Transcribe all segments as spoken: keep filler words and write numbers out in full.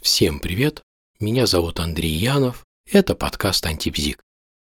Всем привет, меня зовут Андрей Янов, это подкаст «Антибзик».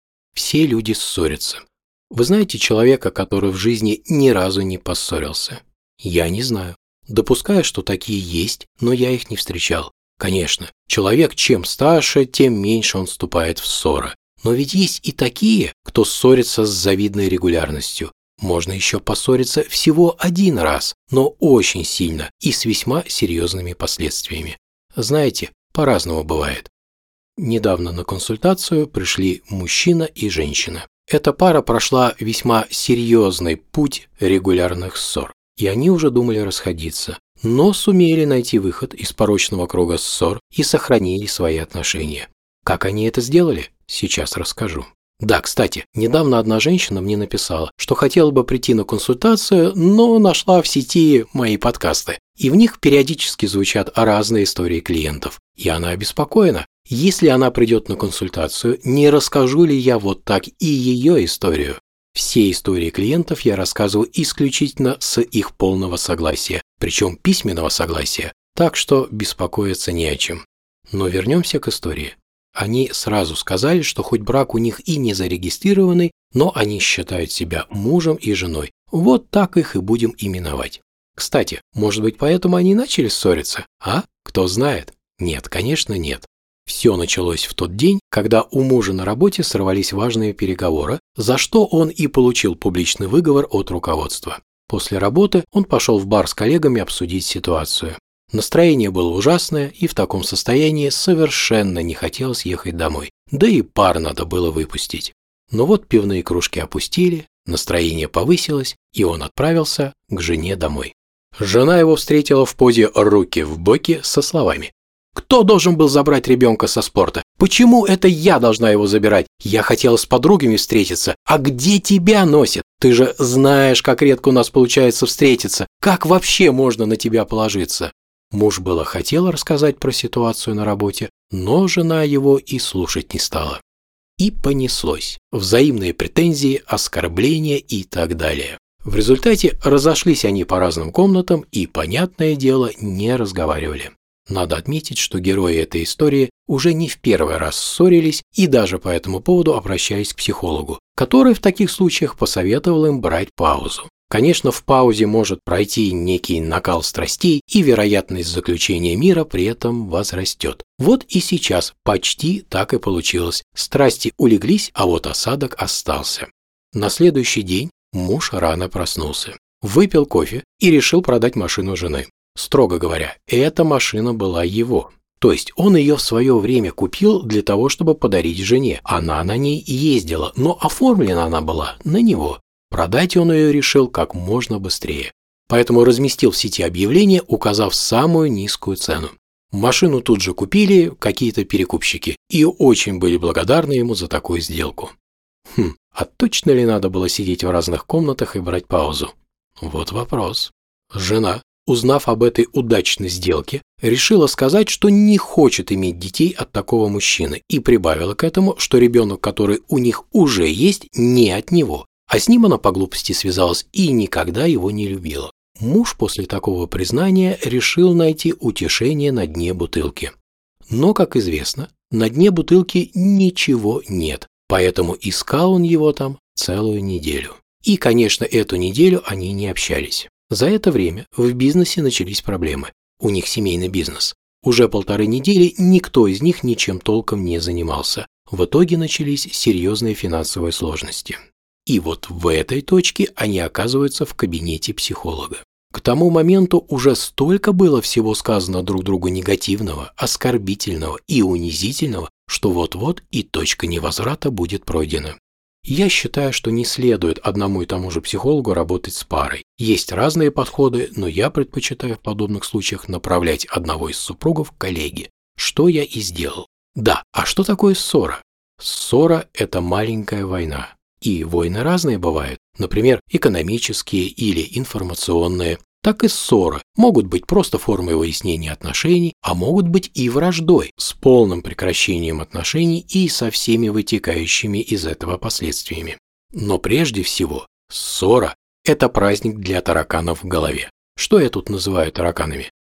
Все люди ссорятся. Вы знаете человека, который в жизни ни разу не поссорился? Я не знаю. Допускаю, что такие есть, но я их не встречал. Конечно, человек чем старше, тем меньше он вступает в ссоры. Но ведь есть и такие, кто ссорится с завидной регулярностью. Можно еще поссориться всего один раз, но очень сильно и с весьма серьезными последствиями. Знаете, по-разному бывает. Недавно на консультацию пришли мужчина и женщина. Эта пара прошла весьма серьезный путь регулярных ссор, и они уже думали расходиться, но сумели найти выход из порочного круга ссор и сохранили свои отношения. Как они это сделали? Сейчас расскажу. Да, кстати, недавно одна женщина мне написала, что хотела бы прийти на консультацию, но нашла в сети мои подкасты, и в них периодически звучат разные истории клиентов. И она обеспокоена. Если она придет на консультацию, не расскажу ли я вот так и ее историю? Все истории клиентов я рассказываю исключительно с их полного согласия, причем письменного согласия, так что беспокоиться не о чем. Но вернемся к истории. Они сразу сказали, что хоть брак у них и не зарегистрированный, но они считают себя мужем и женой. Вот так их и будем именовать. Кстати, может быть, поэтому они начали ссориться? А? Кто знает? Нет, конечно, нет. Все началось в тот день, когда у мужа на работе сорвались важные переговоры, за что он и получил публичный выговор от руководства. После работы он пошел в бар с коллегами обсудить ситуацию. Настроение было ужасное, и в таком состоянии совершенно не хотелось ехать домой. Да и пар надо было выпустить. Но вот пивные кружки опустили, настроение повысилось, и он отправился к жене домой. Жена его встретила в позе руки в боки со словами: «Кто должен был забрать ребенка со спорта? Почему это я должна его забирать? Я хотела с подругами встретиться. А где тебя носит? Ты же знаешь, как редко у нас получается встретиться. Как вообще можно на тебя положиться?» Муж было хотел рассказать про ситуацию на работе, но жена его и слушать не стала. И понеслось. Взаимные претензии, оскорбления и так далее. В результате разошлись они по разным комнатам и, понятное дело, не разговаривали. Надо отметить, что герои этой истории уже не в первый раз ссорились и даже по этому поводу обращались к психологу, который в таких случаях посоветовал им брать паузу. Конечно, в паузе может пройти некий накал страстей, и вероятность заключения мира при этом возрастет. Вот и сейчас почти так и получилось. Страсти улеглись, а вот осадок остался. На следующий день муж рано проснулся, выпил кофе и решил продать машину жены. Строго говоря, эта машина была его. То есть он ее в свое время купил для того, чтобы подарить жене. Она на ней ездила, но оформлена она была на него. Продать он ее решил как можно быстрее. Поэтому разместил в сети объявление, указав самую низкую цену. Машину тут же купили какие-то перекупщики и очень были благодарны ему за такую сделку. Хм, а точно ли надо было сидеть в разных комнатах и брать паузу? Вот вопрос. Жена, узнав об этой удачной сделке, решила сказать, что не хочет иметь детей от такого мужчины, и прибавила к этому, что ребенок, который у них уже есть, не от него. А с ним она по глупости связалась и никогда его не любила. Муж после такого признания решил найти утешение на дне бутылки. Но, как известно, на дне бутылки ничего нет, поэтому искал он его там целую неделю. И, конечно, эту неделю они не общались. За это время в бизнесе начались проблемы. У них семейный бизнес. Уже полторы недели никто из них ничем толком не занимался. В итоге начались серьезные финансовые сложности. И вот в этой точке они оказываются в кабинете психолога. К тому моменту уже столько было всего сказано друг другу негативного, оскорбительного и унизительного, что вот-вот и точка невозврата будет пройдена. Я считаю, что не следует одному и тому же психологу работать с парой. Есть разные подходы, но я предпочитаю в подобных случаях направлять одного из супругов к коллеге, что я и сделал. Да, а что такое ссора? Ссора – это маленькая война. И войны разные бывают, например, экономические или информационные. Так и ссоры могут быть просто формой выяснения отношений, а могут быть и враждой, с полным прекращением отношений и со всеми вытекающими из этого последствиями. Но прежде всего, ссора – это праздник для тараканов в голове. Что я тут называю тараканами?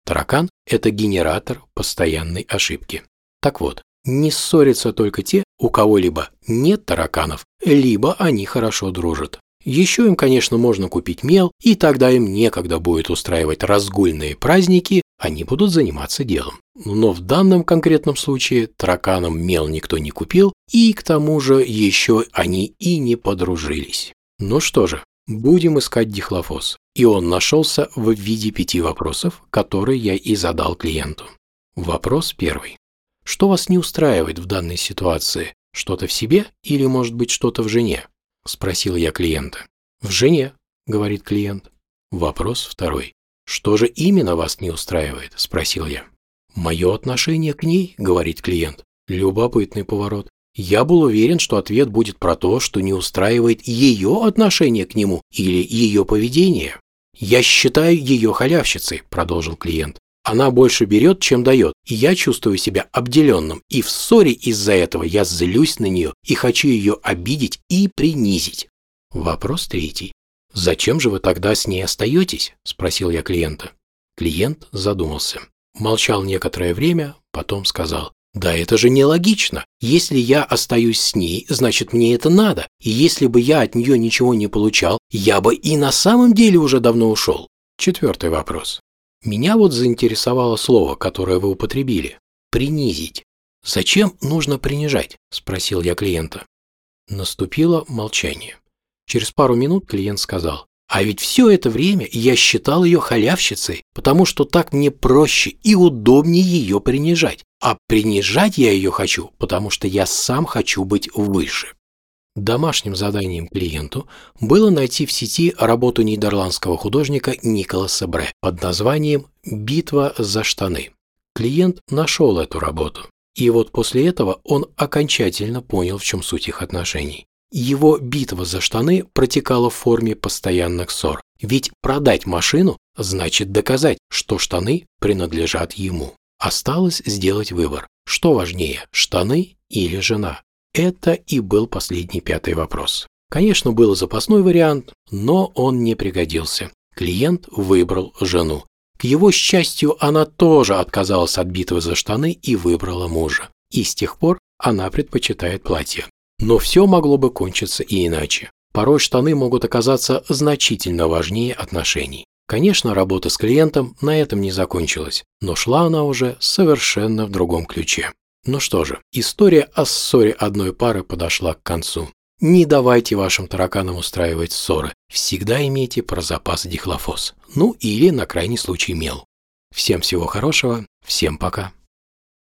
Таракан – это генератор постоянной ошибки. Так вот, не ссорятся только те, у кого либо нет тараканов, либо они хорошо дружат. Еще им, конечно, можно купить мел, и тогда им некогда будет устраивать разгульные праздники, они будут заниматься делом. Но в данном конкретном случае тараканам мел никто не купил, и к тому же еще они и не подружились. Ну что же, будем искать дихлофос. И он нашелся в виде пяти вопросов, которые я и задал клиенту. Вопрос первый. Что вас не устраивает в данной ситуации? Что-то в себе или, может быть, что-то в жене? Спросил я клиента. В жене, говорит клиент. Вопрос второй. Что же именно вас не устраивает? Спросил я. Мое отношение к ней, говорит клиент. Любопытный поворот. Я был уверен, что ответ будет про то, что не устраивает ее отношение к нему или ее поведение. Я считаю ее халявщицей, продолжил клиент. Она больше берет, чем дает, и я чувствую себя обделенным, и в ссоре из-за этого я злюсь на нее и хочу ее обидеть и принизить. Вопрос третий. «Зачем же вы тогда с ней остаетесь?» – спросил я клиента. Клиент задумался. Молчал некоторое время, потом сказал: «Да это же нелогично. Если я остаюсь с ней, значит мне это надо, и если бы я от нее ничего не получал, я бы и на самом деле уже давно ушел». Четвертый вопрос. Меня вот заинтересовало слово, которое вы употребили – «принизить». «Зачем нужно принижать?» – спросил я клиента. Наступило молчание. Через пару минут клиент сказал: «А ведь все это время я считал ее халявщицей, потому что так мне проще и удобнее ее принижать. А принижать я ее хочу, потому что я сам хочу быть выше». Домашним заданием клиенту было найти в сети работу нидерландского художника Николаса Бре под названием «Битва за штаны». Клиент нашел эту работу, и вот после этого он окончательно понял, в чем суть их отношений. Его битва за штаны протекала в форме постоянных ссор, ведь продать машину значит доказать, что штаны принадлежат ему. Осталось сделать выбор, что важнее, штаны или жена. Это и был последний пятый вопрос. Конечно, был запасной вариант, но он не пригодился. Клиент выбрал жену. К его счастью, она тоже отказалась от битвы за штаны и выбрала мужа. И с тех пор она предпочитает платье. Но все могло бы кончиться и иначе. Порой штаны могут оказаться значительно важнее отношений. Конечно, работа с клиентом на этом не закончилась, но шла она уже совершенно в другом ключе. Ну что же, история о ссоре одной пары подошла к концу. Не давайте вашим тараканам устраивать ссоры. Всегда имейте про запас дихлофос. Ну или, на крайний случай, мел. Всем всего хорошего. Всем пока.